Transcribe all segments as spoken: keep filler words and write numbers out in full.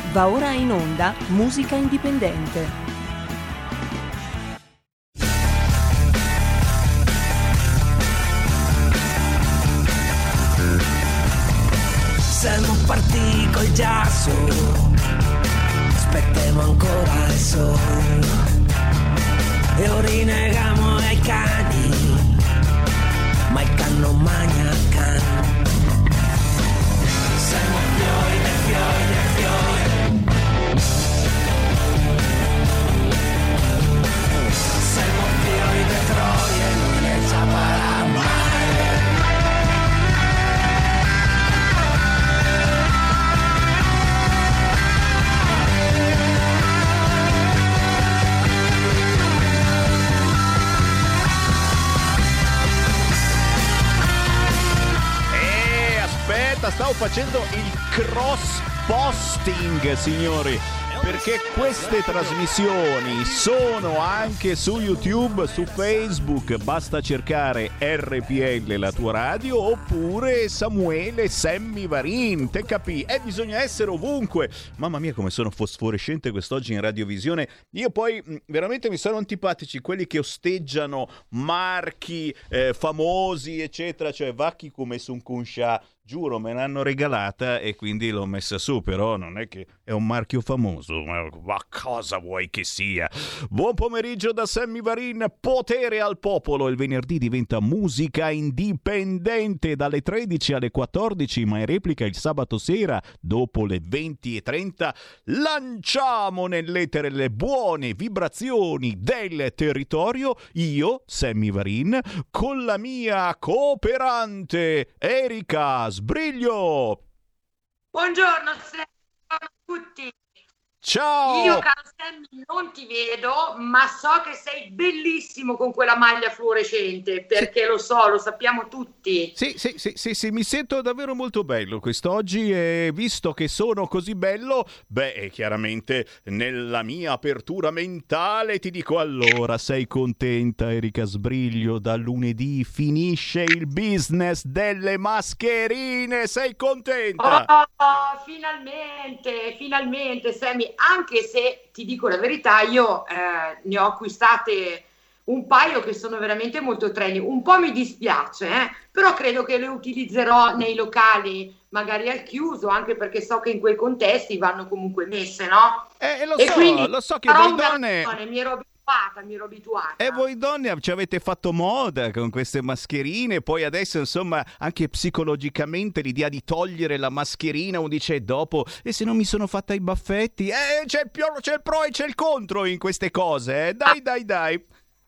Va ora in onda Musica Indipendente. Siamo partiti col giasso, aspettiamo ancora il sole e orinegamo ai cani, ma il can non magna can. Siamo fiori dei fiori dei fiori, siamo fiori dei troie, lui ne saprà mai. Stavo facendo il cross posting, signori, perché queste trasmissioni sono anche su YouTube, su Facebook. Basta cercare R P L la tua radio oppure Samuele Sammy Varin, te capì? E bisogna essere ovunque. Mamma mia come sono fosforescente quest'oggi in radiovisione. Io poi veramente mi sono antipatici quelli che osteggiano marchi eh, famosi eccetera, cioè Vacchi come su un Kunsha. Giuro, me l'hanno regalata e quindi l'ho messa su, però non è che è un marchio famoso, ma, ma cosa vuoi che sia? Buon pomeriggio da Sammy Varin, potere al popolo. Il venerdì diventa musica indipendente dalle tredici alle quattordici, ma in replica il sabato sera dopo le venti e trenta. Lanciamo nell'etere le buone vibrazioni del territorio, io, Sammy Varin, con la mia cooperante Erika Sbriglio. Buongiorno, a tutti. Ciao. Io, caro Sammy, non ti vedo, ma so che sei bellissimo con quella maglia fluorescente, perché sì. Lo so, lo sappiamo tutti. Sì, sì, sì, sì, sì, mi sento davvero molto bello quest'oggi e visto che sono così bello, beh, chiaramente nella mia apertura mentale ti dico allora, sei contenta Erika Sbriglio? Da lunedì finisce il business delle mascherine, sei contenta? Oh, finalmente, finalmente, Sammy. Anche se ti dico la verità, io eh, ne ho acquistate un paio che sono veramente molto trendy. Un po' mi dispiace, eh? Però credo che le utilizzerò nei locali, magari al chiuso, anche perché so che in quei contesti vanno comunque messe, no? Eh, lo e so, quindi lo so che voi donne... Mi ero abituata, mi ero abituata. E voi donne ci avete fatto moda con queste mascherine, poi adesso insomma anche psicologicamente l'idea di togliere la mascherina, uno dice dopo e se non mi sono fatta i baffetti, eh, c'è il, c'è il pro e c'è il contro in queste cose, eh? dai dai dai.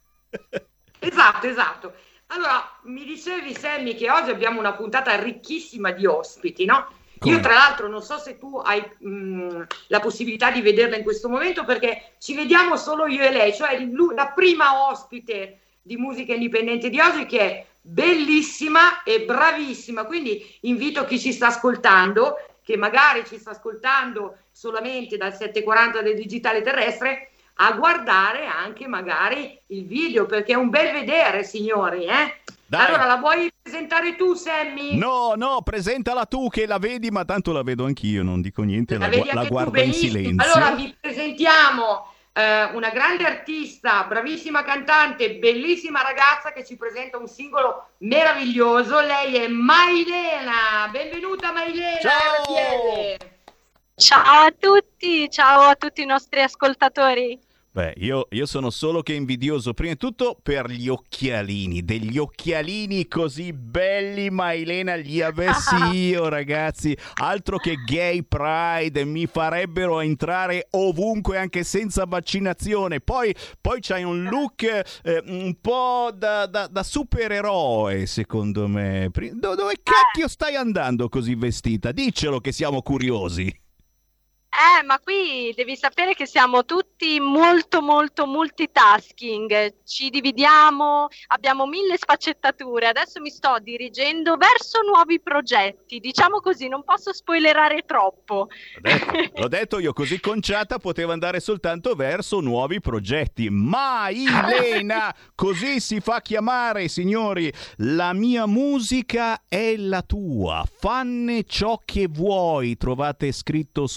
Esatto, esatto. Allora, mi dicevi Sammy che oggi abbiamo una puntata ricchissima di ospiti, no? Come? Io tra l'altro non so se tu hai mh, la possibilità di vederla in questo momento perché ci vediamo solo io e lei, cioè la prima ospite di Musica Indipendente di oggi che è bellissima e bravissima, quindi invito chi ci sta ascoltando, che magari ci sta ascoltando solamente dal settecentoquaranta del digitale terrestre, a guardare anche magari il video perché è un bel vedere, signori, eh? Dai. Allora, la vuoi presentare tu, Sammy? No, no, presentala tu che la vedi, ma tanto la vedo anch'io, non dico niente, la, la, la guardo in silenzio. Allora, vi presentiamo eh, una grande artista, bravissima cantante, bellissima ragazza che ci presenta un singolo meraviglioso. Lei è Mailena. Benvenuta, Mailena. Ciao! R P L. Ciao a tutti, ciao a tutti i nostri ascoltatori. Beh, io, io sono solo che invidioso, prima di tutto per gli occhialini, degli occhialini così belli, Mailena, li avessi io, ragazzi, altro che gay pride, mi farebbero entrare ovunque anche senza vaccinazione, poi, poi c'hai un look eh, un po' da, da, da supereroe, secondo me. Do, dove cacchio stai andando così vestita? Diccelo che siamo curiosi. Eh, ma qui devi sapere che siamo tutti molto molto multitasking, ci dividiamo, abbiamo mille sfaccettature, adesso mi sto dirigendo verso nuovi progetti, diciamo così, non posso spoilerare troppo. L'ho detto, l'ho detto io, così conciata poteva andare soltanto verso nuovi progetti. Mailena, così si fa chiamare, signori, la mia musica è la tua, fanne ciò che vuoi, trovate scritto sul suo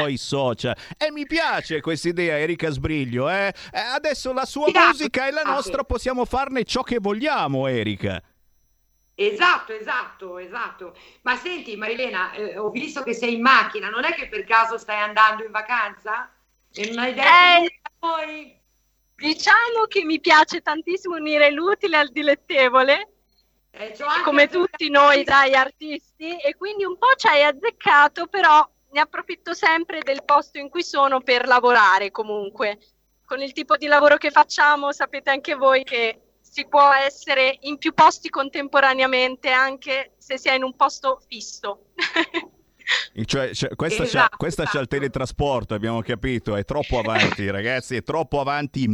suoi social. E mi piace questa idea, Erika Sbriglio. Eh? Eh, adesso la sua Esatto. musica e la nostra Ah, sì. possiamo farne ciò che vogliamo, Erika. Esatto, esatto, esatto. Ma senti, Marilena, eh, ho visto che sei in macchina, non è che per caso stai andando in vacanza? E non hai detto Eh, nulla a noi? Diciamo che mi piace tantissimo unire l'utile al dilettevole, Eh, c'ho anche come azzeccato- tutti noi dai artisti, e quindi un po' ci hai azzeccato, però ne approfitto sempre del posto in cui sono per lavorare comunque. Con il tipo di lavoro che facciamo sapete anche voi che si può essere in più posti contemporaneamente anche se si è in un posto fisso. Cioè, cioè, questa, Esatto, c'ha, questa c'ha il esatto. teletrasporto, abbiamo capito, è troppo avanti ragazzi, è troppo avanti.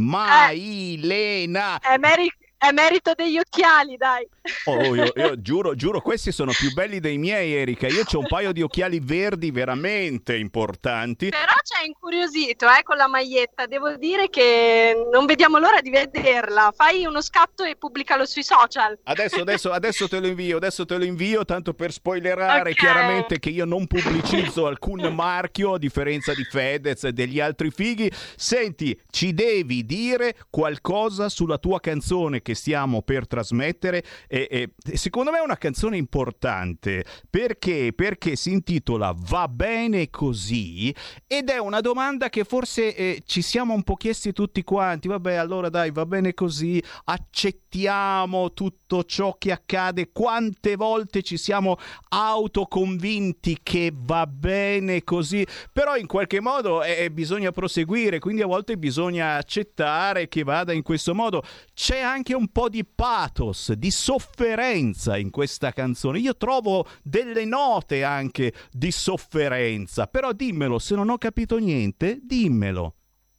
Mailena! È, meri- è merito degli occhiali, dai. Oh, io, io giuro, giuro, questi sono più belli dei miei, Erika. Io c'ho un paio di occhiali verdi veramente importanti. Però ci ha incuriosito eh, con la maglietta, devo dire che non vediamo l'ora di vederla. Fai uno scatto e pubblicalo sui social. Adesso, adesso, adesso te lo invio, adesso te lo invio, tanto per spoilerare Ok. chiaramente che io non pubblicizzo alcun marchio, a differenza di Fedez e degli altri fighi. Senti, ci devi dire qualcosa sulla tua canzone che stiamo per trasmettere. E, e, secondo me è una canzone importante, perché? Perché si intitola Va bene così, ed è una domanda che forse eh, ci siamo un po' chiesti tutti quanti. Vabbè, allora dai, va bene così, accettiamo tutto ciò che accade. Quante volte ci siamo autoconvinti che va bene così, però in qualche modo eh, bisogna proseguire, quindi a volte bisogna accettare che vada in questo modo. C'è anche un po' di pathos, di sofferenza in questa canzone. Io trovo delle note anche di sofferenza, però dimmelo, se non ho capito niente, dimmelo.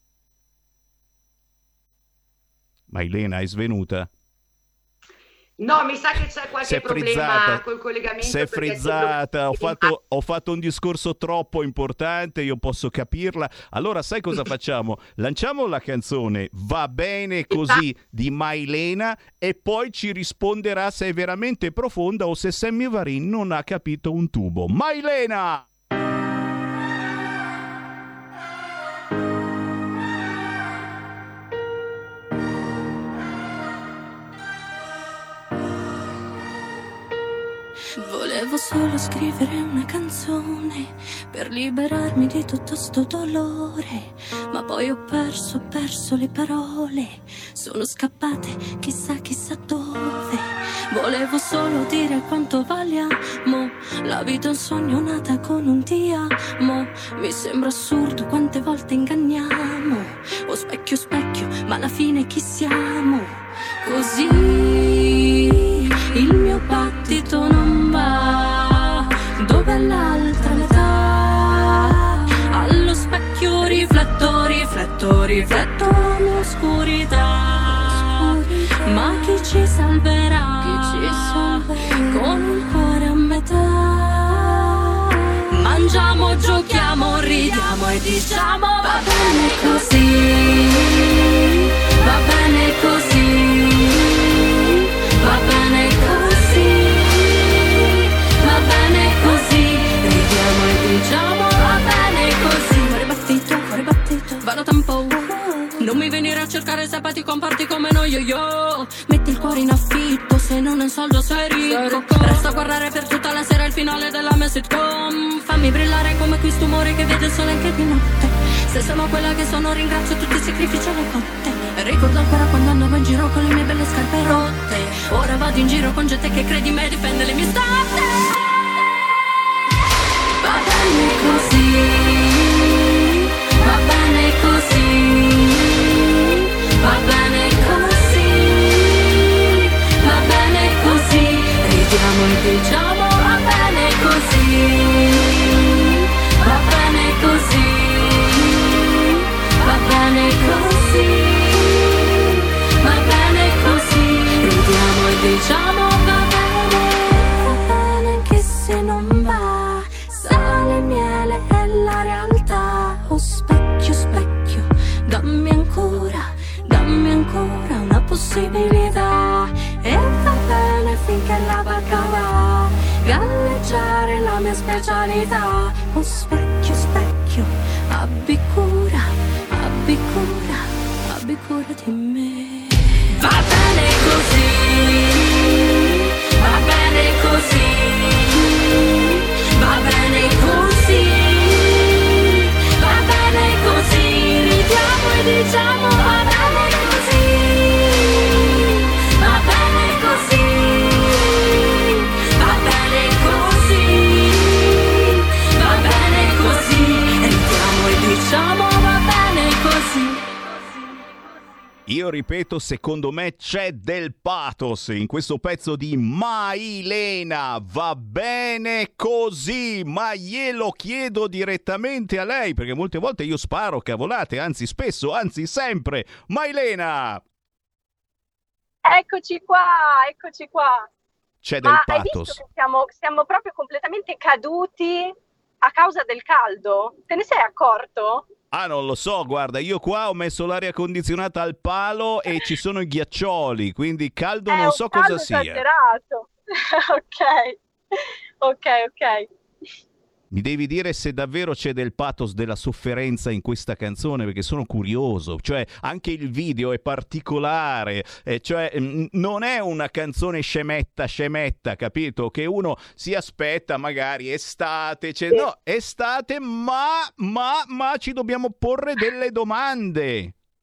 Mailena, è svenuta? No, mi sa che c'è qualche Si è problema frizzata, col collegamento. si è perché frizzata, ho sembra- fatto, ho fatto un discorso troppo importante, io posso capirla. Allora sai cosa facciamo? Lanciamo la canzone Va bene così di Mailena e poi ci risponderà se è veramente profonda o se Sammy Varin non ha capito un tubo. Mailena! Volevo solo scrivere una canzone per liberarmi di tutto sto dolore, ma poi ho perso, ho perso le parole, sono scappate chissà chissà dove. Volevo solo dire quanto valiamo, la vita è un sogno nata con un ti amo. Mi sembra assurdo quante volte inganniamo, oh specchio specchio, ma alla fine chi siamo? Così il mio battito non va, dov'è l'altra metà? Allo specchio rifletto, rifletto, rifletto la mia oscurità. Ma chi ci salverà? Chi ci salverà? Con il cuore a metà. Mangiamo, giochiamo, ridiamo e diciamo va bene così, va bene così. Va bene così, va bene così, ridiamo e diciamo va bene così. Cuore battito, cuore battito, vado tempo, non mi venire a cercare se poi ti comporti come noi yo yo. Metti il cuore in affitto, se non hai un soldo sei ricco. Resta a guardare per tutta la sera il finale della mia sitcom. Fammi brillare come questo umore che vede il sole anche di notte. Se sono quella che sono ringrazio tutti i sacrifici alle cotte. Ricordo ancora quando andavo in giro con le mie belle scarpe rotte. Ora vado in giro con gente che credi me difende le mie state. Va bene così, va bene così, va bene così, va bene così. Ridiamo e diciamo va bene così, va bene così, va bene così. Va bene così, ridiamo e diciamo va bene, va bene che se non va, sale miele è la realtà. Oh specchio, specchio, dammi ancora, dammi ancora una possibilità. E va bene finché la barca va, galleggiare è la mia specialità. Oh specchio, specchio, occhio, abbi cura, abbi cura, abbi cura di me. Va bene così, va bene così, va bene così, va bene così, ridiamo e diciamo va bene così, va bene così, va bene così, va bene così, ridiamo e diciamo va bene così. Io ripeto, secondo me c'è del pathos in questo pezzo di Mailena. Va bene così, ma glielo chiedo direttamente a lei, perché molte volte io sparo cavolate, anzi spesso, anzi sempre. Mailena! Eccoci qua, eccoci qua. C'è del Ma pathos. hai visto che siamo, siamo proprio completamente caduti a causa del caldo? Te ne sei accorto? Ah, non lo so, guarda, io qua ho messo l'aria condizionata al palo e ci sono i ghiaccioli, quindi caldo È non un so caldo cosa sia. esagerato. Ok, ok, ok. Mi devi dire se davvero c'è del pathos, della sofferenza in questa canzone, perché sono curioso. Cioè, anche il video è particolare, eh, cioè mh, non è una canzone scemetta, scemetta, capito? Che uno si aspetta magari estate, cioè, Sì. no, estate, ma, ma, ma ci dobbiamo porre delle domande.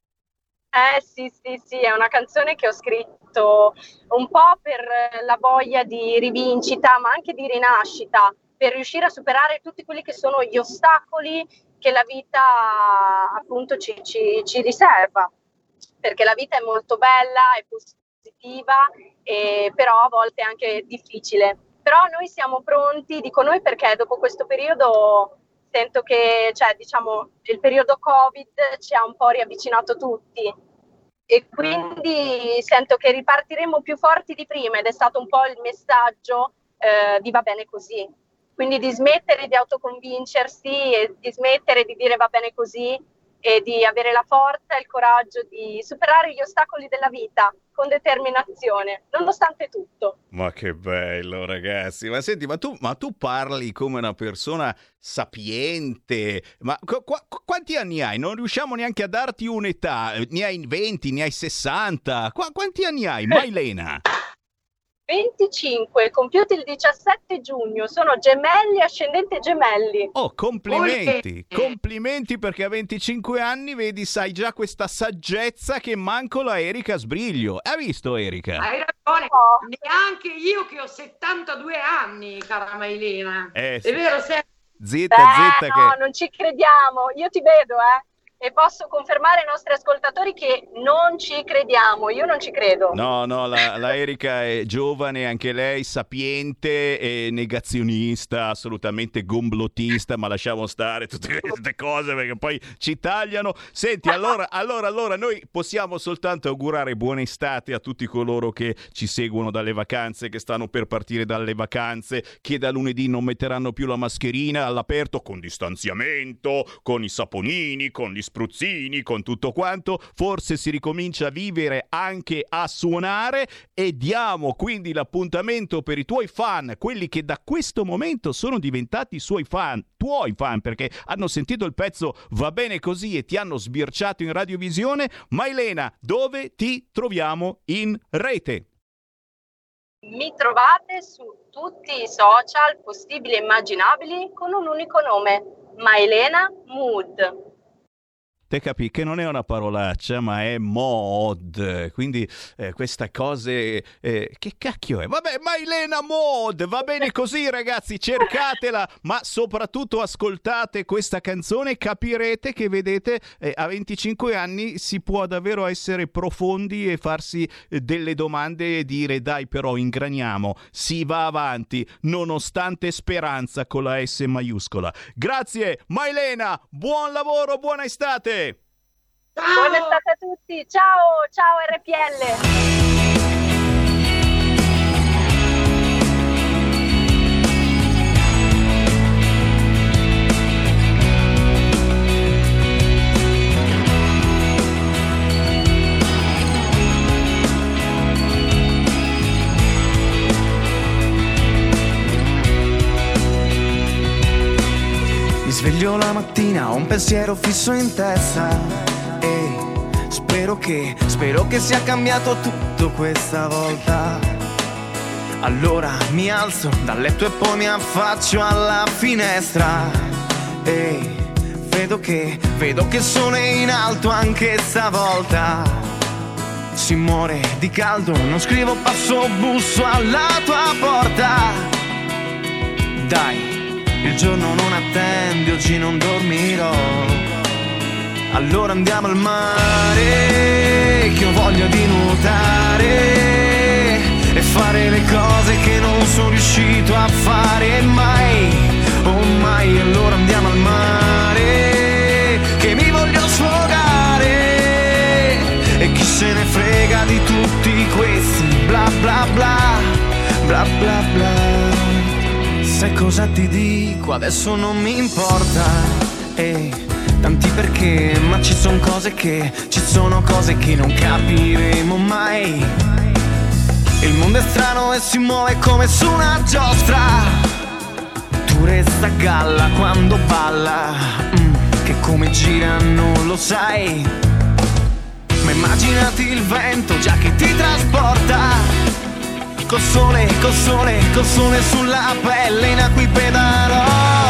Eh sì, sì, sì, è una canzone che ho scritto un po' per la voglia di rivincita, ma anche di rinascita, per riuscire a superare tutti quelli che sono gli ostacoli che la vita appunto ci, ci, ci riserva, perché la vita è molto bella, è positiva, e però a volte è anche difficile. Però noi siamo pronti, dico noi perché dopo questo periodo sento che, cioè, diciamo, il periodo Covid ci ha un po' riavvicinato tutti e quindi sento che ripartiremo più forti di prima, ed è stato un po' il messaggio eh, di va bene così. Quindi di smettere di autoconvincersi e di smettere di dire va bene così e di avere la forza e il coraggio di superare gli ostacoli della vita con determinazione, nonostante tutto. Ma che bello, ragazzi. Ma senti, ma tu, ma tu parli come una persona sapiente. Ma qu- qu- quanti anni hai? Non riusciamo neanche a darti un'età. Ne hai venti, ne hai sessanta. Qu- quanti anni hai, Mailena? venticinque, compiuti il diciassette giugno, sono gemelli, ascendente gemelli. Oh, complimenti, Olè. complimenti, perché a venticinque anni, vedi, sai già questa saggezza che manco la Erika Sbriglio. Hai visto, Erika? Hai ragione, Oh. neanche io che ho settantadue anni, cara Mailena. Eh, sì. È vero, se... Zitta, Beh, zitta no, che... non ci crediamo, io ti vedo, eh. E posso confermare ai nostri ascoltatori che non ci crediamo, io non ci credo. No, no, la, la Erika è giovane, anche lei sapiente e negazionista, assolutamente gomblottista, ma lasciamo stare tutte queste cose perché poi ci tagliano. Senti, allora, allora, allora noi possiamo soltanto augurare buona estate a tutti coloro che ci seguono dalle vacanze, che stanno per partire dalle vacanze, che da lunedì non metteranno più la mascherina all'aperto, con distanziamento, con i saponini, con gli spruzzini, con tutto quanto. Forse si ricomincia a vivere, anche a suonare, e diamo quindi l'appuntamento per i tuoi fan, quelli che da questo momento sono diventati suoi fan, tuoi fan, perché hanno sentito il pezzo Va bene così e ti hanno sbirciato in radiovisione. Mailena, dove ti troviamo in rete? Mi trovate su tutti i social possibili e immaginabili con un unico nome, Mailena Mood. Te capi che non è una parolaccia, ma è mod, quindi eh, questa cose eh, che cacchio è? Vabbè, Mailena Mod, va bene così, ragazzi, cercatela, ma soprattutto ascoltate questa canzone, capirete che, vedete, eh, a venticinque anni si può davvero essere profondi e farsi eh, delle domande e dire dai, però ingraniamo, si va avanti nonostante speranza con la S maiuscola. Grazie Mailena, buon lavoro, buona estate. Buona estate a tutti, ciao, ciao R P L. Mi sveglio la mattina, ho un pensiero fisso in testa e spero che, spero che sia cambiato tutto questa volta. Allora mi alzo dal letto e poi mi affaccio alla finestra e vedo che, vedo che il sole è in alto anche stavolta. Si muore di caldo, non scrivo, passo, busso alla tua porta. Dai, il giorno non attende, oggi non dormirò. Allora andiamo al mare, che ho voglia di nuotare e fare le cose che non sono riuscito a fare mai, oh mai. Allora andiamo al mare, che mi voglio sfogare e chi se ne frega di tutti questi bla bla bla, bla bla bla. Sai cosa ti dico? Adesso non mi importa, eh, tanti perché, ma ci sono cose che, ci sono cose che non capiremo mai. Il mondo è strano e si muove come su una giostra. Tu resta a galla quando balla, mm, che come gira non lo sai. Ma immaginati il vento già che ti trasporta. Col sole, col sole, col sole sulla pelle in acqui pedalò.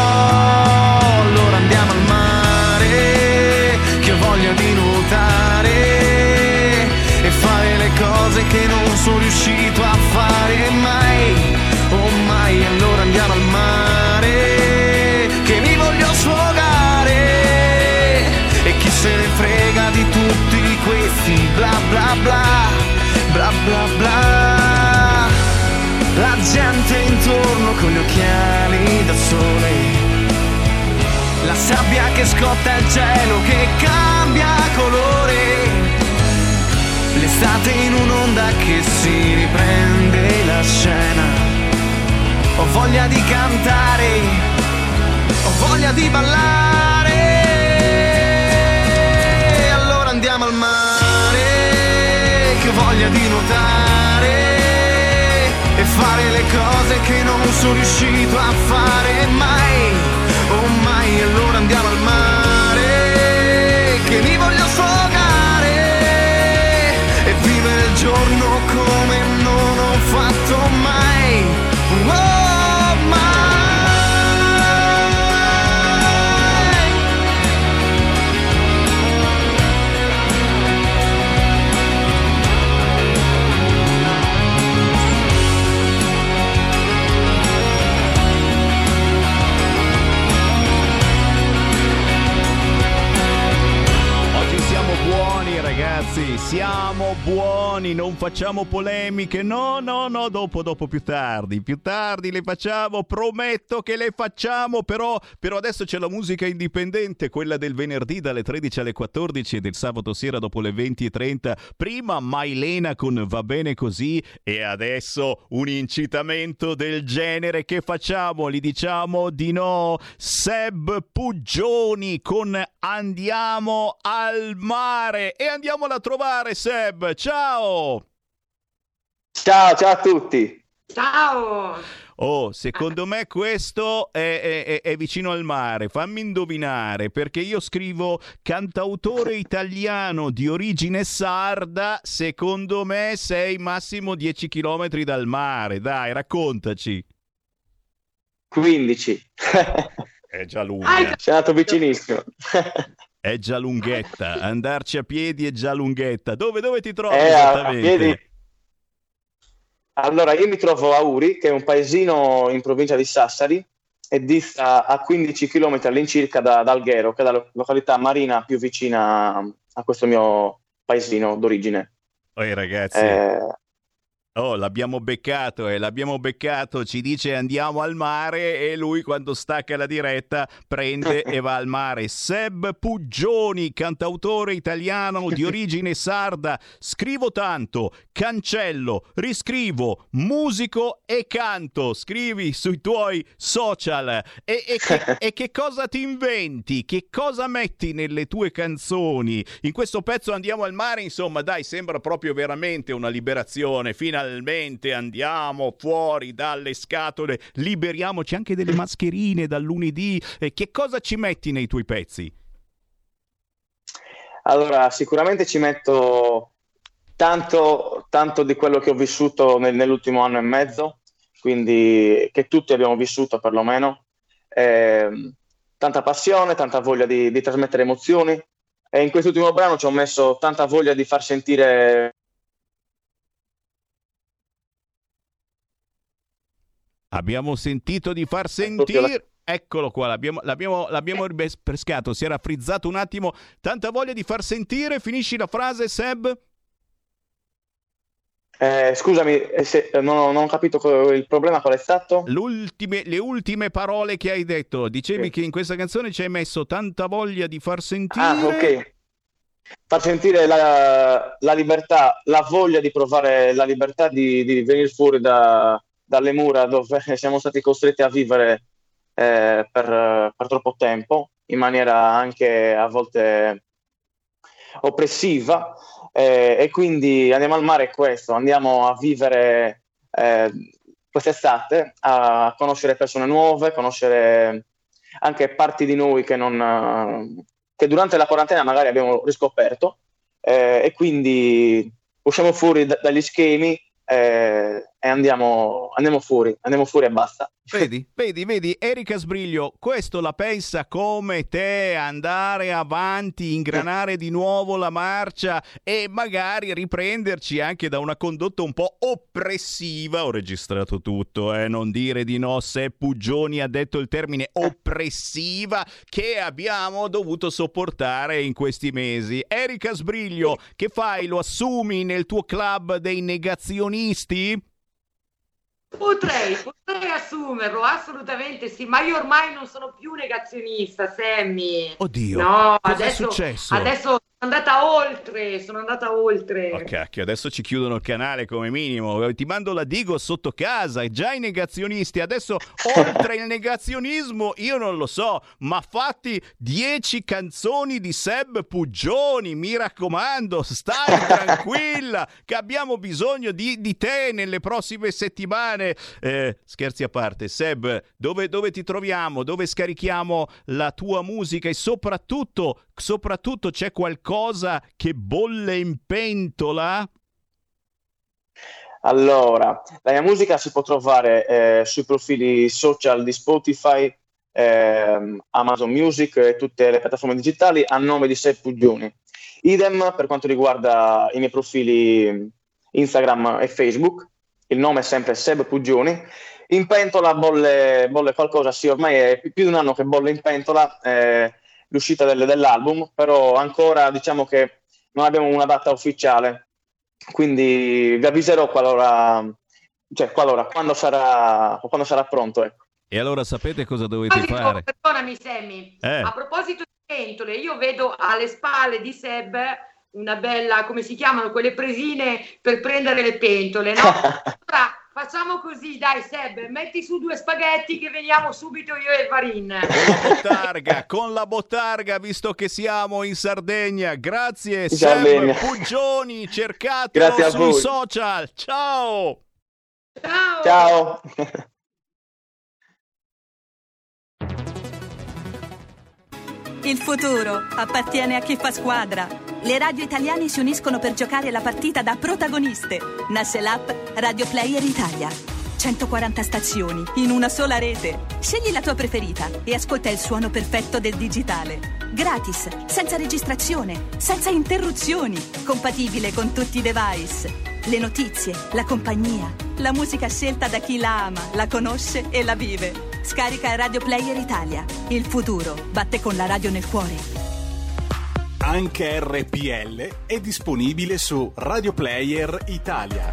Allora andiamo al mare, che ho voglia di nuotare e fare le cose che non sono riuscito a fare mai, oh mai. Allora andiamo al mare, che mi voglio sfogare e chi se ne frega di tutti questi bla bla bla, bla bla bla. La gente intorno con gli occhiali da sole, la sabbia che scotta, il cielo che cambia colore, l'estate in un'onda che si riprende la scena. Ho voglia di cantare, ho voglia di ballare. Allora andiamo al mare, che ho voglia di nuotare e fare le cose che non sono riuscito a fare mai, oh mai. Allora andiamo al mare, che mi voglio sfogare e vivere il giorno come non ho fatto mai, oh mai. Buoni ragazzi, siamo buoni, non facciamo polemiche, no no no, dopo dopo più tardi, più tardi le facciamo, prometto che le facciamo, però, però adesso c'è la musica indipendente, quella del venerdì dalle tredici alle quattordici e del sabato sera dopo le venti e trenta, prima Mailena con Va bene così e adesso un incitamento del genere, che facciamo? Gli diciamo di no? Seb Puggioni con Andiamo al mare e andiamola a trovare. Seb, ciao! Ciao, ciao a tutti! Ciao! Oh, secondo me questo è, è, è vicino al mare, fammi indovinare, perché io scrivo cantautore italiano di origine sarda, secondo me sei massimo dieci chilometri dal mare, dai, raccontaci. quindici. È già lunga. Sei andato vicinissimo. È già lunghetta, andarci a piedi è già lunghetta. Dove, dove ti trovi eh, esattamente? A piedi. Allora, io mi trovo a Uri, che è un paesino in provincia di Sassari, e dista a quindici chilometri all'incirca da, da Alghero, che è la località marina più vicina a questo mio paesino d'origine. Oi ragazzi, Eh, oh, l'abbiamo beccato, eh, l'abbiamo beccato, ci dice andiamo al mare e lui quando stacca la diretta prende e va al mare. Seb Puggioni, cantautore italiano di origine sarda, scrivo tanto, cancello, riscrivo, musico e canto, scrivi sui tuoi social e, e, che, e che cosa ti inventi, che cosa metti nelle tue canzoni? In questo pezzo Andiamo al mare, insomma dai, sembra proprio veramente una liberazione, finalmente. finalmente andiamo fuori dalle scatole, liberiamoci anche delle mascherine dal lunedì. Eh, che cosa ci metti nei tuoi pezzi? Allora, sicuramente ci metto tanto, tanto di quello che ho vissuto nel, nell'ultimo anno e mezzo, quindi che tutti abbiamo vissuto perlomeno. Eh, tanta passione, tanta voglia di, di trasmettere emozioni, e in quest'ultimo brano ci ho messo tanta voglia di far sentire. Abbiamo sentito di far sentire... Eccolo qua, l'abbiamo, l'abbiamo, l'abbiamo ripescato, si era frizzato un attimo. Tanta voglia di far sentire, finisci la frase, Seb? Eh, scusami, se, non, non ho capito il problema qual è stato. L'ultime, le ultime parole che hai detto, dicevi sì. che in questa canzone ci hai messo tanta voglia di far sentire... Ah, ok. Far sentire la, la libertà, la voglia di provare la libertà di, di venire fuori da, dalle mura dove siamo stati costretti a vivere Eh, per, per troppo tempo, in maniera anche a volte oppressiva, eh, e quindi andiamo al mare, questo, andiamo a vivere eh, quest'estate, a conoscere persone nuove, conoscere anche parti di noi che, non, che durante la quarantena magari abbiamo riscoperto, eh, e quindi usciamo fuori d- dagli schemi eh, e andiamo, andiamo fuori, andiamo fuori e basta. Vedi, vedi, vedi, Erika Sbriglio, questo la pensa come te, andare avanti, ingranare di nuovo la marcia e magari riprenderci anche da una condotta un po' oppressiva. Ho registrato tutto, eh, non dire di no, se Puggioni ha detto il termine oppressiva, che abbiamo dovuto sopportare in questi mesi. Erika Sbriglio, che fai? Lo assumi nel tuo club dei negazionisti? Potrei, potrei assumerlo, assolutamente sì, ma io ormai non sono più negazionista, Sammy. Oddio, no, cosa adesso, è successo? Adesso sono andata oltre, sono andata oltre. Oh cacchio, adesso ci chiudono il canale come minimo, ti mando la Digo sotto casa, e già i negazionisti, adesso oltre il negazionismo io non lo so, ma fatti dieci canzoni di Seb Puggioni, mi raccomando, stai tranquilla che abbiamo bisogno di, di te nelle prossime settimane. Eh, scherzi a parte, Seb, dove, dove ti troviamo, dove scarichiamo la tua musica e soprattutto, soprattutto c'è qualcosa cosa che bolle in pentola? Allora, la mia musica si può trovare eh, sui profili social di Spotify, eh, Amazon Music e tutte le piattaforme digitali a nome di Seb Puggioni. Idem per quanto riguarda i miei profili Instagram e Facebook, il nome è sempre Seb Puggioni. In pentola bolle, bolle qualcosa, sì, ormai è più di un anno che bolle in pentola, eh, l'uscita del, dell'album, però ancora diciamo che non abbiamo una data ufficiale, quindi vi avviserò qualora, cioè qualora, quando sarà, quando sarà pronto, ecco. E allora sapete cosa dovete ah, dico, fare? Perdonami Sammy, eh. a proposito di pentole, io vedo alle spalle di Seb una bella, come si chiamano, quelle presine per prendere le pentole, no? Allora, facciamo così, dai Seb, metti su due spaghetti che veniamo subito io e il Varin. Con la bottarga, con la bottarga, visto che siamo in Sardegna. Grazie in Seb Sardegna. Puggioni, cercatelo sui voi. social. Ciao! Ciao! Ciao! Il futuro appartiene a chi fa squadra. Le radio italiane si uniscono per giocare la partita da protagoniste. Nasce l'app Radio Player Italia. centoquaranta stazioni in una sola rete. Scegli la tua preferita e ascolta il suono perfetto del digitale. Gratis, senza registrazione, senza interruzioni. Compatibile con tutti i device. Le notizie, la compagnia, la musica scelta da chi la ama, la conosce e la vive. Scarica Radio Player Italia. Il futuro batte con la radio nel cuore. Anche R P L è disponibile su Radio Player Italia.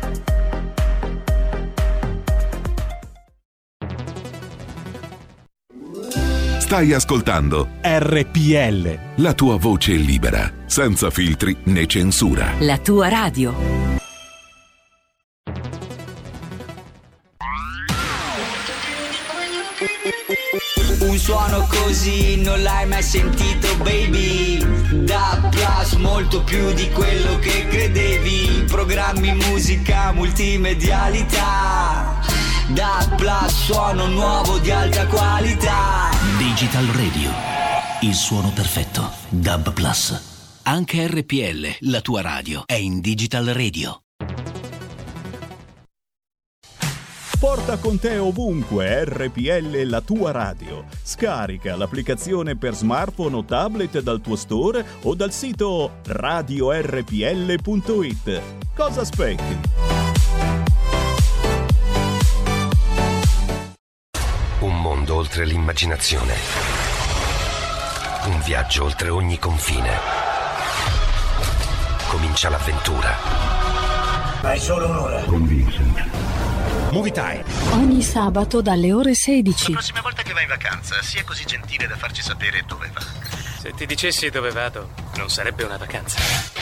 Stai ascoltando R P L, la tua voce libera, senza filtri né censura. La tua radio. Un suono suono così non l'hai mai sentito, baby. Da Plus, molto più di quello che credevi. Programmi, musica, multimedialità. Da Plus, suono nuovo di alta qualità. Digital Radio, il suono perfetto. Dub Plus. Anche R P L, la tua radio, è in Digital Radio. Porta con te ovunque R P L, la tua radio. Scarica l'applicazione per smartphone o tablet dal tuo store o dal sito radio r p l punto i t. Cosa aspetti? Un mondo oltre l'immaginazione. Un viaggio oltre ogni confine. Comincia l'avventura. Hai solo un'ora. Con Vincent. Movie Time. Ogni sabato dalle ore sedici. La prossima volta che vai in vacanza, sia così gentile da farci sapere dove va. Se ti dicessi dove vado, non sarebbe una vacanza.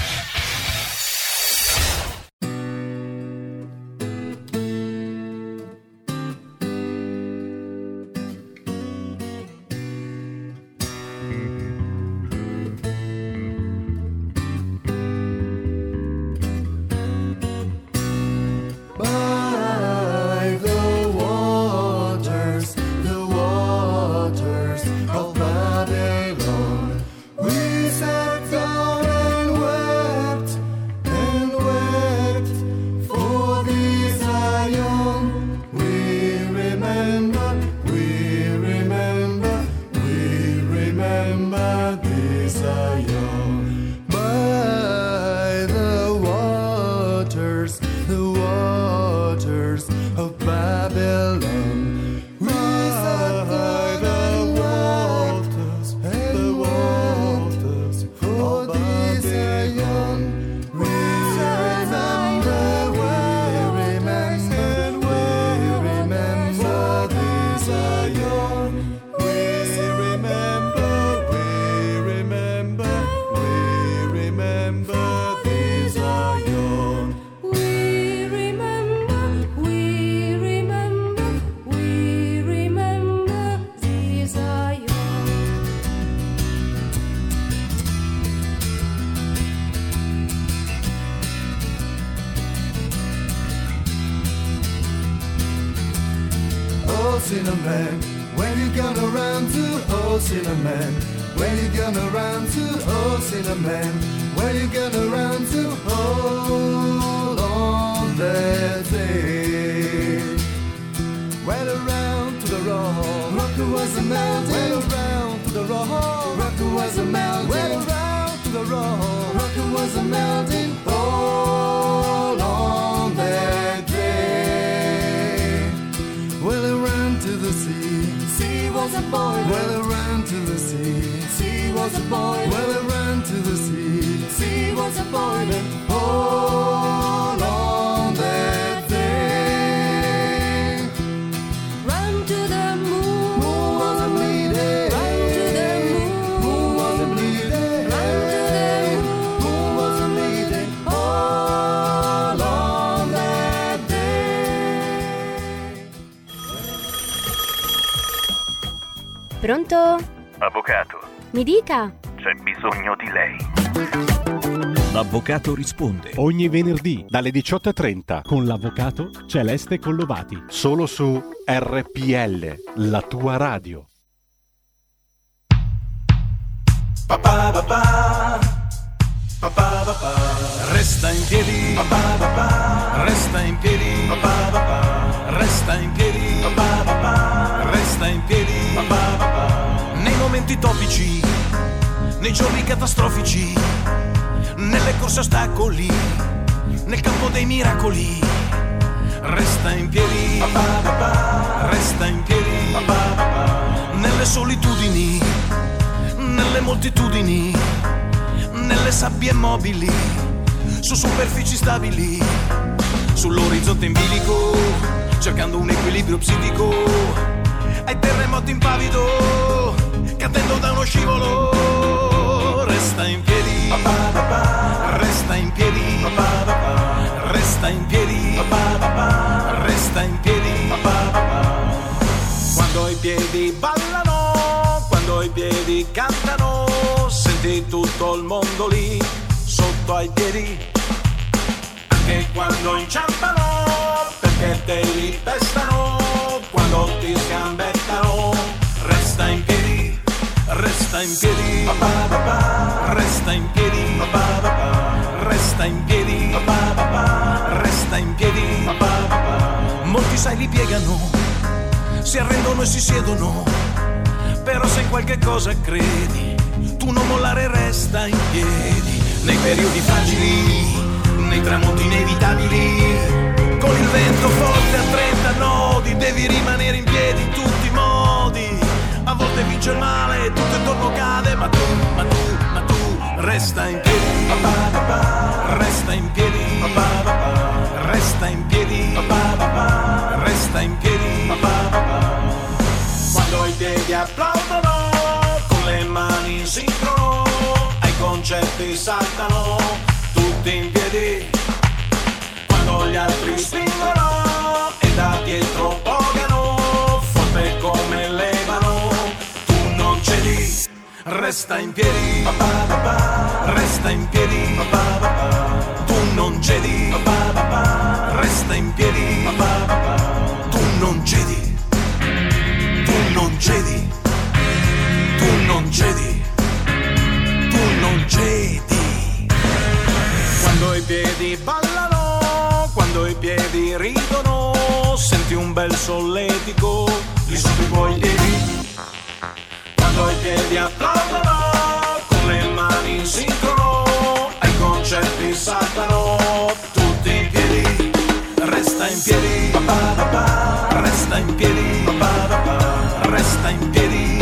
Cinnamon, when you gonna run to oh Cinnamon, when you gonna run to oh Cinnamon, when you gonna run to hold on that day. Went around to the rock, rock was a mountain. Went around to the rock, rock was a mountain. Went around to the rock, rock was a mountain. Hold on that day. Well, I ran to the sea. Sea was a boy. Well, I ran to the sea. Sea was a boy. Well, I ran to the sea. Sea was a boy. Hold on that day. Run to the moon. Moon was a bleeding. Run to the moon. Moon was a bleeding. Run to the moon. Moon was a bleeding. Hold on that day. Pronto? Avvocato, Mi dica. c'è bisogno di lei. L'avvocato risponde ogni venerdì dalle diciotto e trenta con l'avvocato Celeste Collovati, solo su R P L, la tua radio. Papà, papà, papà, papà, resta in piedi, papà, papà, resta in piedi, papà, papà, resta in piedi, papà, papà, resta in piedi, papà, papà, nei momenti topici, nei giorni catastrofici, nelle corse a ostacoli, nel campo dei miracoli, resta in piedi, papà, papà, resta in piedi, papà, papà, nelle solitudini, nelle moltitudini, nelle sabbie mobili, su superfici stabili, sull'orizzonte in bilico, cercando un equilibrio psichico, ai terremoti impavido, cadendo da uno scivolo, resta in piedi, papà, papà, resta in piedi, papà, papà, resta in piedi, papà, papà, resta in piedi, papà, papà, quando i piedi ballano piedi cantano, senti tutto il mondo lì sotto ai piedi, anche quando inciampano, perché te li pestano, quando ti sgambettano, resta in piedi, resta in piedi, resta in piedi, resta in piedi, resta in piedi. Molti sai li piegano, si arrendono e si siedono, però se in qualche cosa credi, tu non mollare, resta in piedi. Nei periodi fragili, nei tramonti inevitabili, con il vento forte a trenta nodi, devi rimanere in piedi in tutti i modi. A volte vince il male, tutto intorno cade, ma tu, ma tu, ma tu, resta in piedi, resta in piedi, resta in piedi, resta in piedi. Quando i piedi applaudono, con le mani in sincrono, ai concetti saltano, tutti in piedi. Quando gli altri spingono e da dietro pogano, forte come levano, tu non cedi, resta in piedi, resta in piedi, tu non cedi, resta in piedi, tu non cedi, tu non cedi, tu non cedi, tu non cedi. Quando i piedi ballano, quando i piedi ridono, senti un bel solletico lì sotto i tuoi piedi. Quando i piedi applaudono, con le mani in sincrono, ai concerti saltano, tutti in piedi, resta in piedi, resta in piedi, resta in piedi,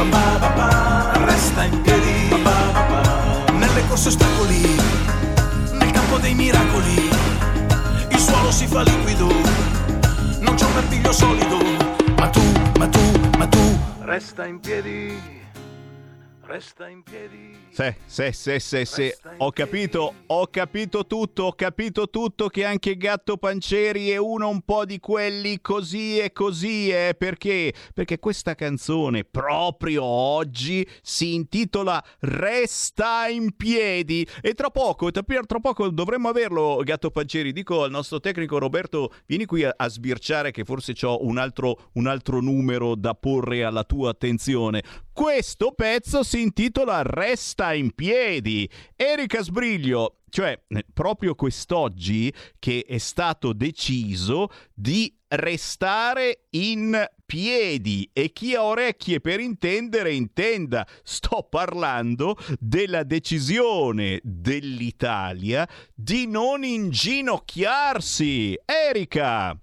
resta in piedi. Nelle corse ostacoli, nel campo dei miracoli, il suolo si fa liquido, non c'è un artiglio solido, ma tu, ma tu, ma tu, resta in piedi. Resta in piedi. Sì, sì, sì, sì, sì. Ho capito, ho capito tutto, ho capito tutto che anche Gatto Pancieri è uno un po' di quelli così e così, eh? Perché? Perché questa canzone proprio oggi si intitola Resta in piedi e tra poco, tra poco dovremmo averlo Gatto Pancieri. Dico al nostro tecnico Roberto, vieni qui a, a sbirciare che forse c'ho un altro, un altro numero da porre alla tua attenzione. Questo pezzo si intitola Resta in piedi. Erika Sbriglio, cioè proprio quest'oggi che è stato deciso di restare in piedi, e chi ha orecchie per intendere intenda. Sto parlando della decisione dell'Italia di non inginocchiarsi. Erika!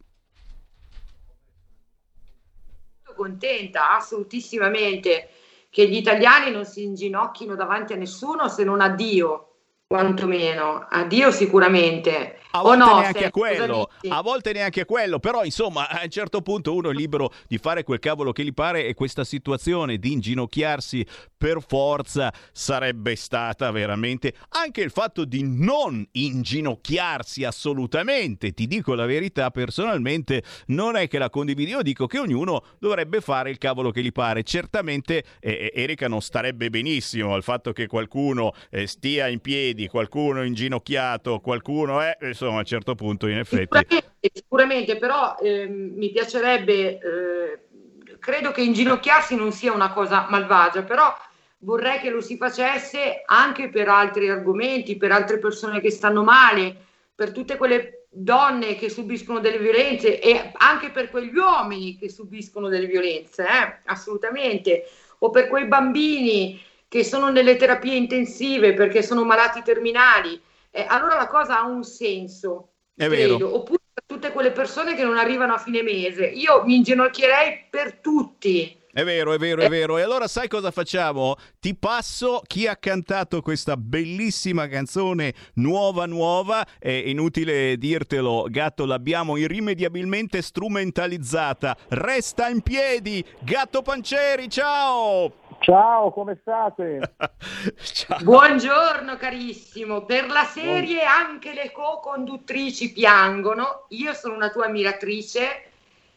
Contenta assolutissimamente che gli italiani non si inginocchino davanti a nessuno se non a Dio, quantomeno a Dio sicuramente. A volte o no, neanche a quello, dici? a volte neanche a quello, però insomma a un certo punto uno è libero di fare quel cavolo che gli pare, e questa situazione di inginocchiarsi per forza sarebbe stata veramente, anche il fatto di non inginocchiarsi assolutamente, ti dico la verità, personalmente non è che la condivido, io dico che ognuno dovrebbe fare il cavolo che gli pare. Certamente eh, Erika non starebbe benissimo al fatto che qualcuno eh, stia in piedi, qualcuno inginocchiato, qualcuno è... Eh, insomma a un certo punto in effetti sicuramente, sicuramente però eh, mi piacerebbe eh, credo che inginocchiarsi non sia una cosa malvagia, però vorrei che lo si facesse anche per altri argomenti, per altre persone che stanno male, per tutte quelle donne che subiscono delle violenze e anche per quegli uomini che subiscono delle violenze, eh, assolutamente, o per quei bambini che sono nelle terapie intensive perché sono malati terminali. Eh, allora la cosa ha un senso, è credo. vero. Oppure per tutte quelle persone che non arrivano a fine mese, io mi inginocchierei per tutti. È vero, è vero, è vero. E allora sai cosa facciamo? Ti passo chi ha cantato questa bellissima canzone nuova nuova. È inutile dirtelo, Gatto, l'abbiamo irrimediabilmente strumentalizzata. Resta in piedi, Gatto Pancieri, ciao! Ciao, come state? Ciao. Buongiorno carissimo, per la serie anche le co-conduttrici piangono, io sono una tua ammiratrice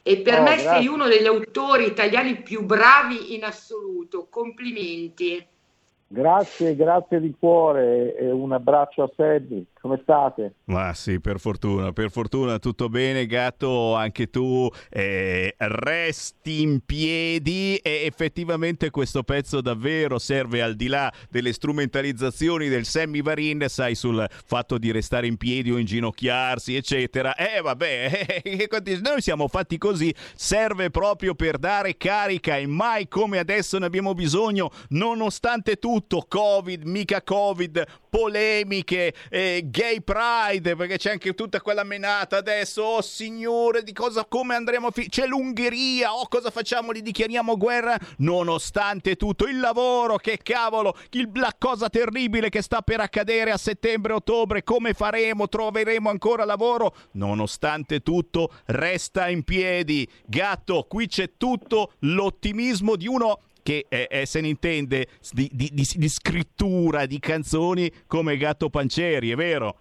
e per Oh, me grazie. sei uno degli autori italiani più bravi in assoluto, complimenti. Grazie, grazie di cuore e un abbraccio a Sebbi. Come state? Ma sì, per fortuna, per fortuna, tutto bene, gatto, anche tu eh, resti in piedi e effettivamente questo pezzo davvero serve, al di là delle strumentalizzazioni del Sammy Varin, sai, sul fatto di restare in piedi o inginocchiarsi, eccetera. Eh vabbè, eh, noi siamo fatti così, serve proprio per dare carica e mai come adesso ne abbiamo bisogno, nonostante tutto, Covid, mica Covid, polemiche, eh, gay pride, perché c'è anche tutta quella menata adesso, oh signore, di cosa, come andremo a fi- c'è l'Ungheria, oh cosa facciamo, li dichiariamo guerra, nonostante tutto il lavoro, che cavolo, il, la cosa terribile che sta per accadere a settembre-ottobre, come faremo, troveremo ancora lavoro, nonostante tutto resta in piedi, gatto, qui c'è tutto l'ottimismo di uno che eh, eh, se ne intende di, di, di, di scrittura, di canzoni come Gatto Pancieri, è vero?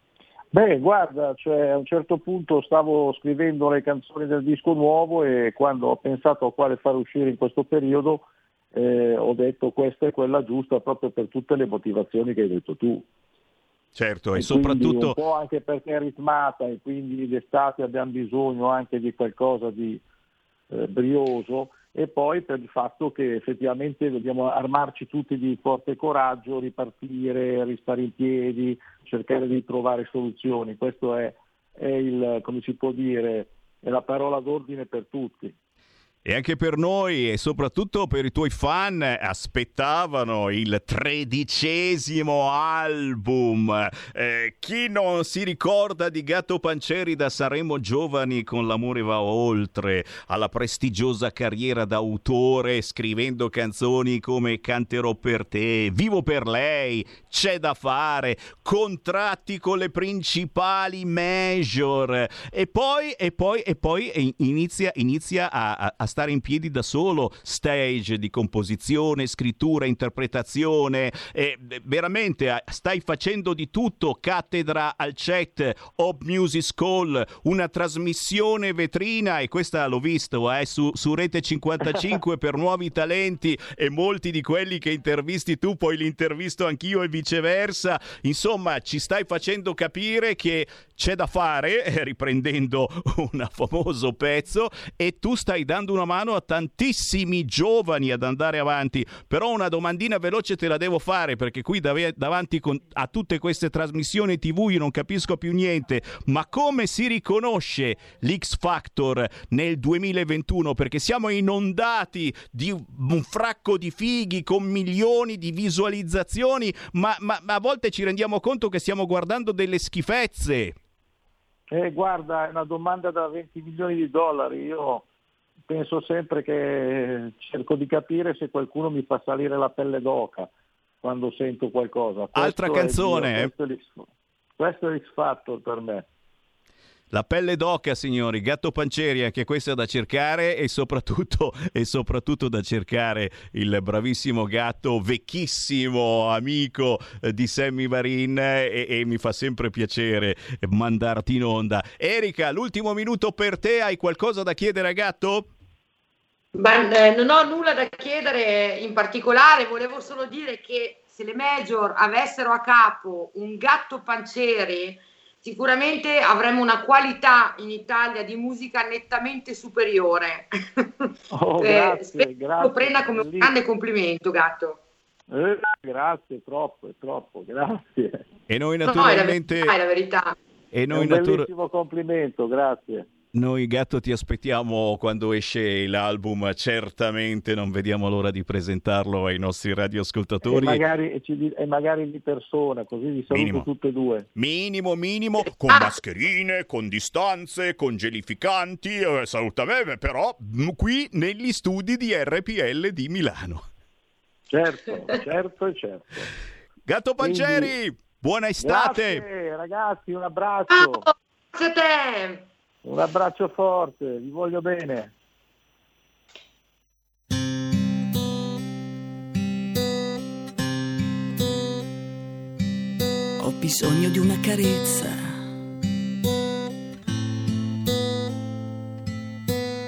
Beh, guarda, cioè, a un certo punto stavo scrivendo le canzoni del disco nuovo e quando ho pensato a quale fare uscire in questo periodo eh, ho detto questa è quella giusta proprio per tutte le motivazioni che hai detto tu. Certo, e, e soprattutto un po' anche perché è ritmata e quindi d'estate abbiamo bisogno anche di qualcosa di eh, brioso, e poi per il fatto che effettivamente dobbiamo armarci tutti di forte coraggio, ripartire, restare in piedi, cercare di trovare soluzioni. Questo è, è il, come si può dire, è la parola d'ordine per tutti. E anche per noi e soprattutto per i tuoi fan aspettavano il tredicesimo album. Eh, chi non si ricorda di Gatto Pancieri da Sanremo Giovani con L'amore va oltre, alla prestigiosa carriera d'autore scrivendo canzoni come Canterò per te, Vivo per lei, C'è da fare, contratti con le principali major e poi e poi e poi inizia, inizia a, a, a stare in piedi da solo, stage di composizione, scrittura, interpretazione, e veramente stai facendo di tutto, cattedra al chat, Hop Music School, una trasmissione vetrina, e questa l'ho visto eh, su, su Rete cinquantacinque per nuovi talenti, e molti di quelli che intervisti tu poi li intervisto anch'io e viceversa. Insomma, ci stai facendo capire che c'è da fare, riprendendo un famoso pezzo, e tu stai dando una mano a tantissimi giovani ad andare avanti. Però una domandina veloce te la devo fare, perché qui dav- davanti con- a tutte queste trasmissioni tivù io non capisco più niente, ma come si riconosce l'X Factor nel duemilaventuno? Perché siamo inondati di un fracco di fighi con milioni di visualizzazioni, ma, ma, ma a volte ci rendiamo conto che stiamo guardando delle schifezze. Eh, guarda, è una domanda da venti milioni di dollari. Io penso sempre che cerco di capire se qualcuno mi fa salire la pelle d'oca quando sento qualcosa. Questo Altra canzone, è eh? questo, è l'X, questo è l'X Factor per me. La pelle d'oca, signori, Gatto Pancieri, anche questo è da cercare, e soprattutto, e soprattutto da cercare il bravissimo Gatto, vecchissimo amico eh, di Sammy Varin, e, e mi fa sempre piacere mandarti in onda. Erika, l'ultimo minuto per te, hai qualcosa da chiedere a Gatto? Ma, eh, non ho nulla da chiedere in particolare, volevo solo dire che se le major avessero a capo un Gatto Pancieri, sicuramente avremmo una qualità in Italia di musica nettamente superiore. Oh, eh, grazie, spero grazie. lo prenda come un grande complimento, Gatto. Eh, grazie, troppo, è troppo, grazie. E noi No, naturalmente... no, è la verità, è la verità. E noi è un natur- bellissimo complimento, grazie. Noi, Gatto, ti aspettiamo quando esce l'album, certamente non vediamo l'ora di presentarlo ai nostri radioascoltatori. E magari, e ci- e magari di persona, così vi saluto Minimo. tutte e due. Minimo, minimo, con Ah. mascherine, con distanze, con gelificanti, eh, salutamente, però m- qui negli studi di R P L di Milano. Certo, certo e certo. Gatto Pancieri, Quindi- buona estate! Grazie ragazzi, un abbraccio, Ah, grazie a te. un abbraccio forte, vi voglio bene. Ho bisogno di una carezza,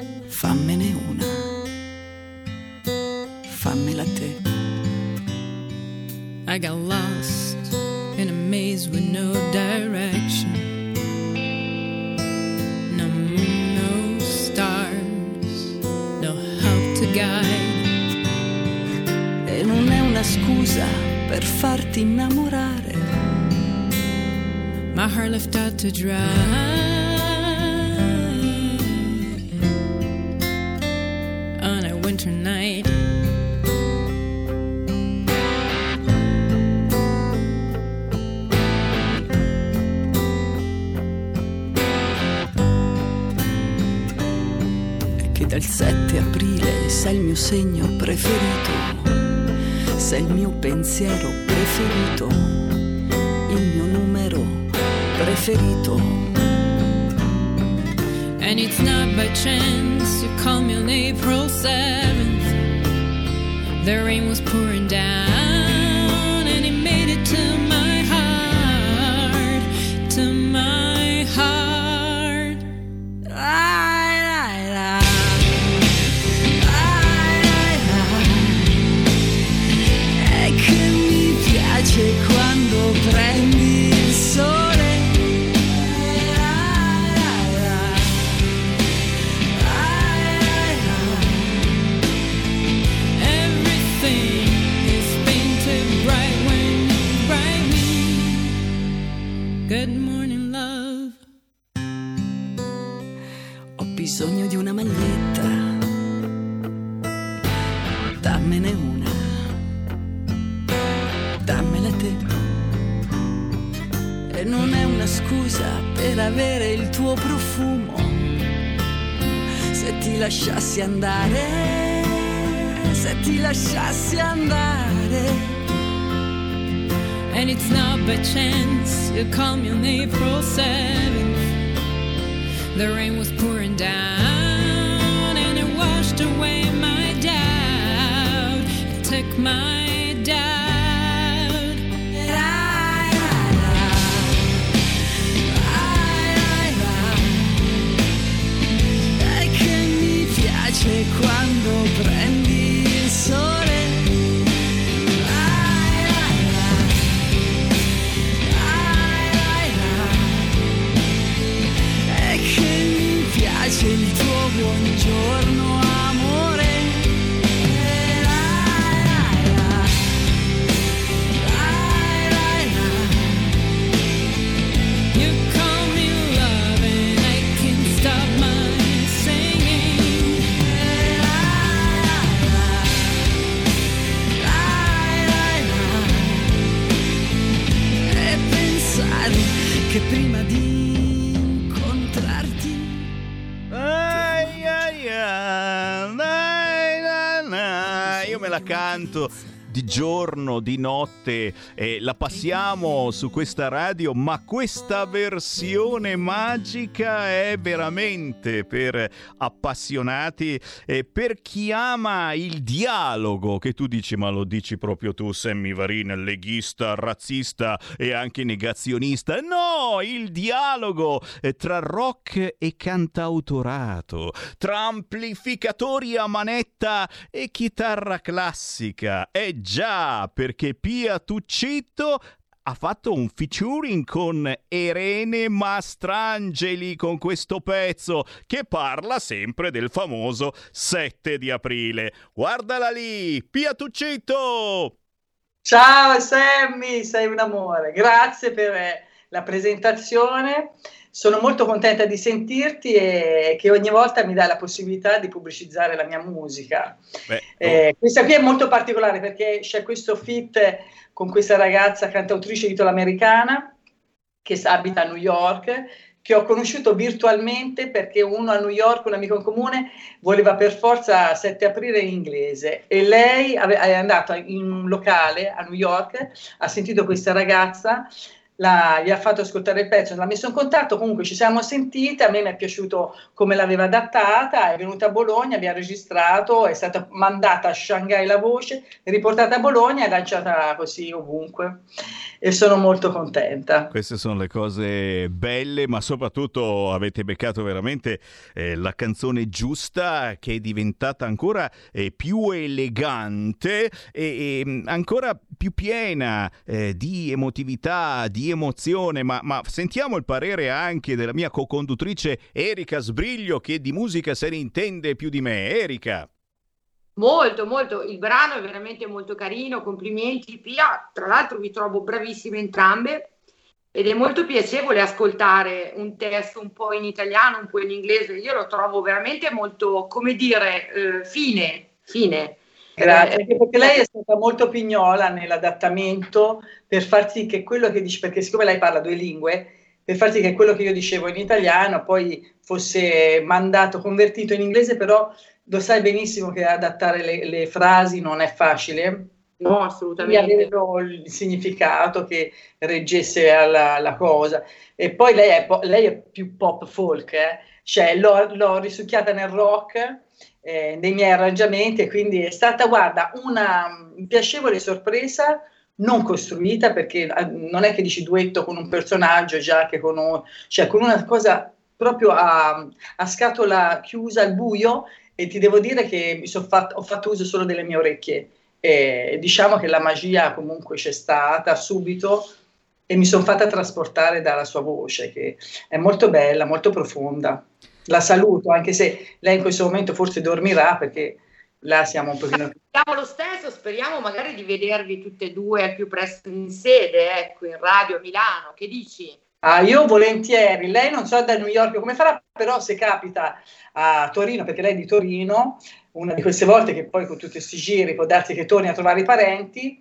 I got lost in a maze with no direction. No moon, no stars, no help to guide. E non è una scusa per farti innamorare. My heart left out to dry on a winter night. Dal sette aprile sei il mio segno preferito, sei il mio pensiero preferito, il mio numero preferito. And it's not by chance you call me on April seventh. The rain was pouring down and it made it to my heart, to my heart. Ah! Quando prendi il sole, everything is painted bright when you write me good morning love. Ho bisogno di una maglietta, dammene una. Dammela te. E non è una scusa per avere il tuo profumo. Se ti lasciassi andare, se ti lasciassi andare. And it's not by chance you call me on April seventh. The rain was pouring down and it washed away my doubt. It took my doubt. Quando prendi il sole, ai, ai, ai, ai, e che mi piace il tuo buongiorno amore. You call me love and I can't stop my singing. Che prima di incontrarti ai, ai, ai, na, na. Io me la canto di giorno, di notte, eh, la passiamo su questa radio, ma questa versione magica è veramente per appassionati e per chi ama il dialogo, che tu dici, ma lo dici proprio tu, Sammy Varin, leghista, razzista e anche negazionista. No, il dialogo eh, tra rock e cantautorato, tra amplificatori a manetta e chitarra classica. È già, perché Pia Tuccitto ha fatto un featuring con Irene Mastrangeli con questo pezzo che parla sempre del famoso sette di aprile. Guardala lì, Pia Tuccitto! Ciao Sammy, sei un amore, grazie per la presentazione. Sono molto contenta di sentirti e che ogni volta mi dai la possibilità di pubblicizzare la mia musica. Beh, eh, oh. Questa qui è molto particolare perché c'è questo feat con questa ragazza cantautrice italo-americana che abita a New York, che ho conosciuto virtualmente perché uno a New York, un amico in comune, voleva per forza sette aprile in inglese e lei ave- è andata in un locale a New York, ha sentito questa ragazza, la, gli ha fatto ascoltare il pezzo, l'ha messo in contatto, comunque ci siamo sentite, a me mi è piaciuto come l'aveva adattata, è venuta a Bologna, abbiamo registrato, è stata mandata a Shanghai la voce, è riportata a Bologna e lanciata così ovunque e sono molto contenta. Queste sono le cose belle, ma soprattutto avete beccato veramente eh, la canzone giusta, che è diventata ancora eh, più elegante e, e ancora più piena eh, di emotività, di emozione, ma, ma sentiamo il parere anche della mia co-conduttrice Erika Sbriglio, che di musica se ne intende più di me. Erika. Molto, molto, il brano è veramente molto carino, complimenti Pia, tra l'altro vi trovo bravissime entrambe ed è molto piacevole ascoltare un testo un po' in italiano, un po' in inglese, io lo trovo veramente molto, come dire, eh, fine, fine. Grazie, anche perché lei è stata molto pignola nell'adattamento per far sì che quello che dice, perché siccome lei parla due lingue, per far sì che quello che io dicevo in italiano poi fosse mandato, convertito in inglese, però lo sai benissimo che adattare le, le frasi non è facile. No, assolutamente. Avevano il significato che reggesse alla, alla cosa. E poi lei è, lei è più pop folk, eh? Cioè l'ho, l'ho risucchiata nel rock, eh, nei miei arrangiamenti, e quindi è stata, guarda, una piacevole sorpresa, non costruita, perché non è che dici duetto con un personaggio già che conosci, cioè con una cosa proprio a, a scatola chiusa, al buio, e ti devo dire che mi son fatto, ho fatto uso solo delle mie orecchie, e diciamo che la magia comunque c'è stata subito e mi sono fatta trasportare dalla sua voce, che è molto bella, molto profonda. La saluto, anche se lei in questo momento forse dormirà, perché là siamo un pochino... Speriamo lo stesso, speriamo magari di vedervi tutte e due al più presto in sede, ecco, in radio a Milano, che dici? Ah, io volentieri, lei non so da New York come farà, però se capita a Torino, perché lei è di Torino, una di queste volte che poi con tutti questi giri può darsi che torni a trovare i parenti,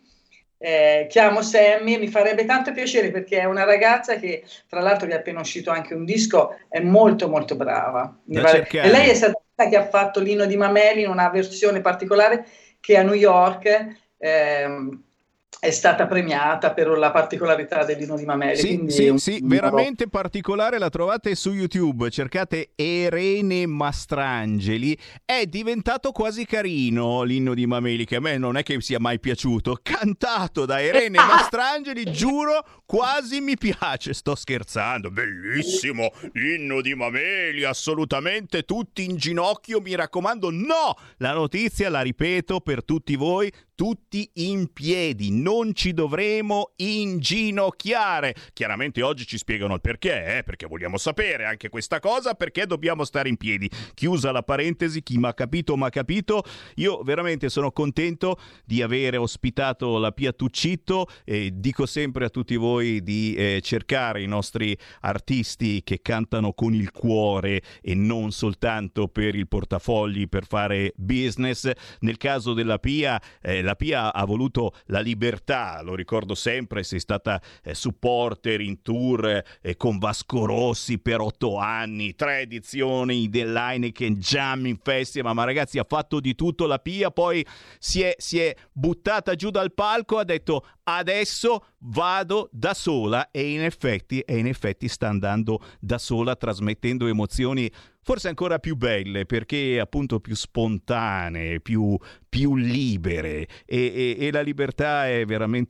eh, chiamo Sammy e mi farebbe tanto piacere, perché è una ragazza che tra l'altro gli è appena uscito anche un disco, è molto molto brava. Pare... E lei è stata quella che ha fatto l'Inno di Mameli in una versione particolare che a New York... Ehm, è stata premiata per la particolarità dell'Inno di Mameli. Sì, quindi sì, un... sì, veramente particolare, la trovate su YouTube, cercate Irene Mastrangeli, è diventato quasi carino l'Inno di Mameli, che a me non è che sia mai piaciuto, cantato da Irene Mastrangeli, giuro, quasi mi piace, sto scherzando, bellissimo l'Inno di Mameli, assolutamente tutti in ginocchio, mi raccomando, no, la notizia la ripeto per tutti voi, tutti in piedi, non ci dovremo inginocchiare. Chiaramente oggi ci spiegano il perché, eh? Perché vogliamo sapere anche questa cosa, perché dobbiamo stare in piedi. Chiusa la parentesi, chi m'ha capito m'ha capito. Io veramente sono contento di avere ospitato la Pia Tuccitto e dico sempre a tutti voi di eh, cercare i nostri artisti che cantano con il cuore e non soltanto per il portafogli, per fare business. Nel caso della Pia, eh, la Pia ha voluto la libertà, lo ricordo sempre, sei stata eh, supporter in tour eh, con Vasco Rossi per otto anni, tre edizioni dell'Heineken Jamming Festival, ma ragazzi ha fatto di tutto la Pia, poi si è, si è buttata giù dal palco, ha detto adesso vado da sola e in effetti, e in effetti sta andando da sola, trasmettendo emozioni forse ancora più belle, perché appunto più spontanee, più, più libere e, e, e la libertà è veramente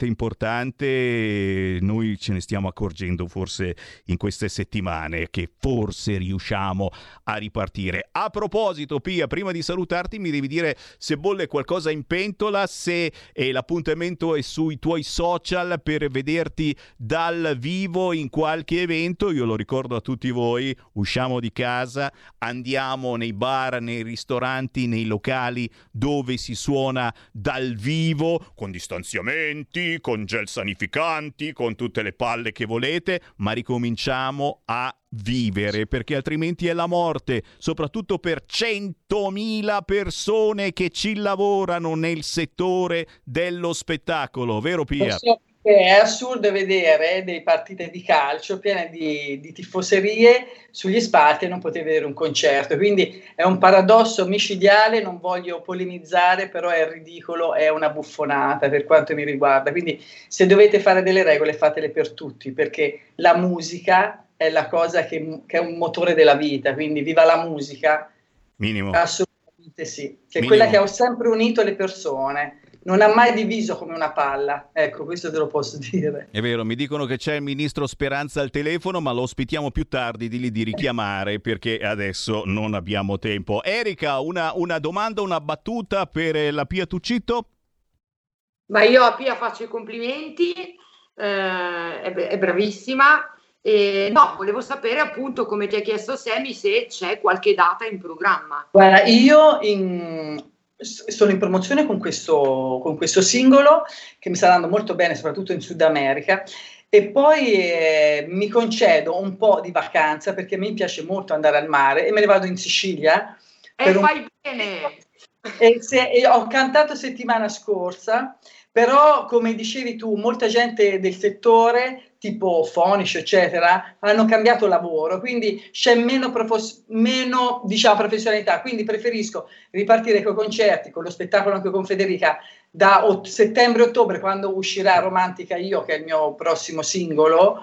importante. Noi ce ne stiamo accorgendo forse in queste settimane, che forse riusciamo a ripartire. A proposito, Pia, prima di salutarti mi devi dire se bolle qualcosa in pentola, se eh, l'appuntamento è sui tuoi social per vederti dal vivo in qualche evento. Io lo ricordo a tutti voi, usciamo di casa, andiamo nei bar, nei ristoranti, nei locali dove si suona dal vivo, con distanziamenti, con gel sanificanti, con tutte le palle che volete, ma ricominciamo a vivere, perché altrimenti è la morte, soprattutto per centomila persone che ci lavorano nel settore dello spettacolo, vero Pia? Posso È assurdo vedere dei partite di calcio piene di, di tifoserie sugli spalti e non poter vedere un concerto, quindi è un paradosso micidiale, non voglio polemizzare, però è ridicolo, è una buffonata per quanto mi riguarda, quindi se dovete fare delle regole fatele per tutti, perché la musica è la cosa che, che è un motore della vita, quindi viva la musica, minimo. Assolutamente sì, che è Minimo. quella che ha sempre unito le persone. Non ha mai diviso come una palla, ecco, questo te lo posso dire. È vero, mi dicono che c'è il ministro Speranza al telefono, ma lo ospitiamo più tardi, digli di richiamare perché adesso non abbiamo tempo. Erika, una, una domanda, una battuta per la Pia Tuccitto? Ma io a Pia faccio i complimenti, eh, è, è bravissima. E, no, volevo sapere appunto, come ti ha chiesto Sammy, se c'è qualche data in programma. Guarda, io in... sono in promozione con questo, con questo singolo che mi sta andando molto bene, soprattutto in Sud America, e poi eh, mi concedo un po' di vacanza perché a me piace molto andare al mare e me ne vado in Sicilia. E un... fai bene! E, se, e ho cantato settimana scorsa, però come dicevi tu, molta gente del settore, tipo fonici eccetera, hanno cambiato lavoro, quindi c'è meno, profos- meno diciamo, professionalità, quindi preferisco ripartire con i concerti, con lo spettacolo anche con Federica, da ot- settembre-ottobre, quando uscirà Romantica Io, che è il mio prossimo singolo,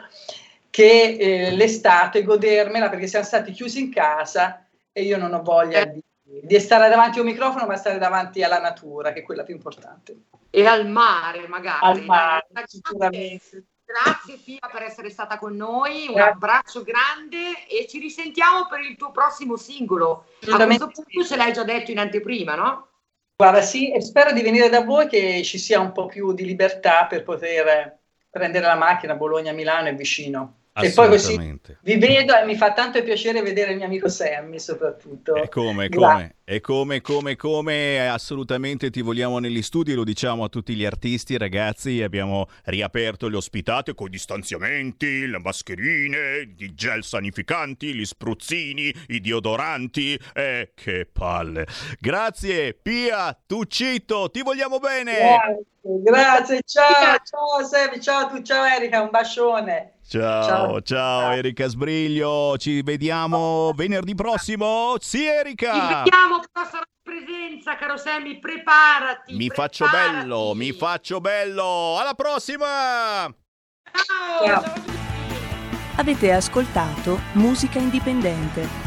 che eh, l'estate godermela, perché siamo stati chiusi in casa e io non ho voglia di, di stare davanti a un microfono, ma stare davanti alla natura, che è quella più importante. E al mare magari. Al mare, Dai, sicuramente. Grazie Pia per essere stata con noi, un abbraccio grande e ci risentiamo per il tuo prossimo singolo. A questo punto ce l'hai già detto in anteprima, no? Guarda, sì, e spero di venire da voi, che ci sia un po' più di libertà per poter prendere la macchina. Bologna-Milano è vicino. E poi così vi vedo e mi fa tanto piacere vedere il mio amico Sammy soprattutto. E come, come, e come, come, come, assolutamente ti vogliamo negli studi, lo diciamo a tutti gli artisti, ragazzi, abbiamo riaperto le ospitate con gli stanziamenti, le mascherine, i gel sanificanti, gli spruzzini, i deodoranti, eh, che palle. Grazie Pia Tuccitto, ti vogliamo bene. Grazie, grazie, ciao, ciao Sammy, ciao a tu, ciao Erika, un bacione. Ciao, ciao, ciao Erika Sbriglio, ci vediamo venerdì prossimo. Sì, Erika! Ci vediamo, però sarà in presenza, caro Sammy, preparati. Mi preparati. faccio bello, mi faccio bello. Alla prossima! Ciao! Ciao. Avete ascoltato Musica Indipendente,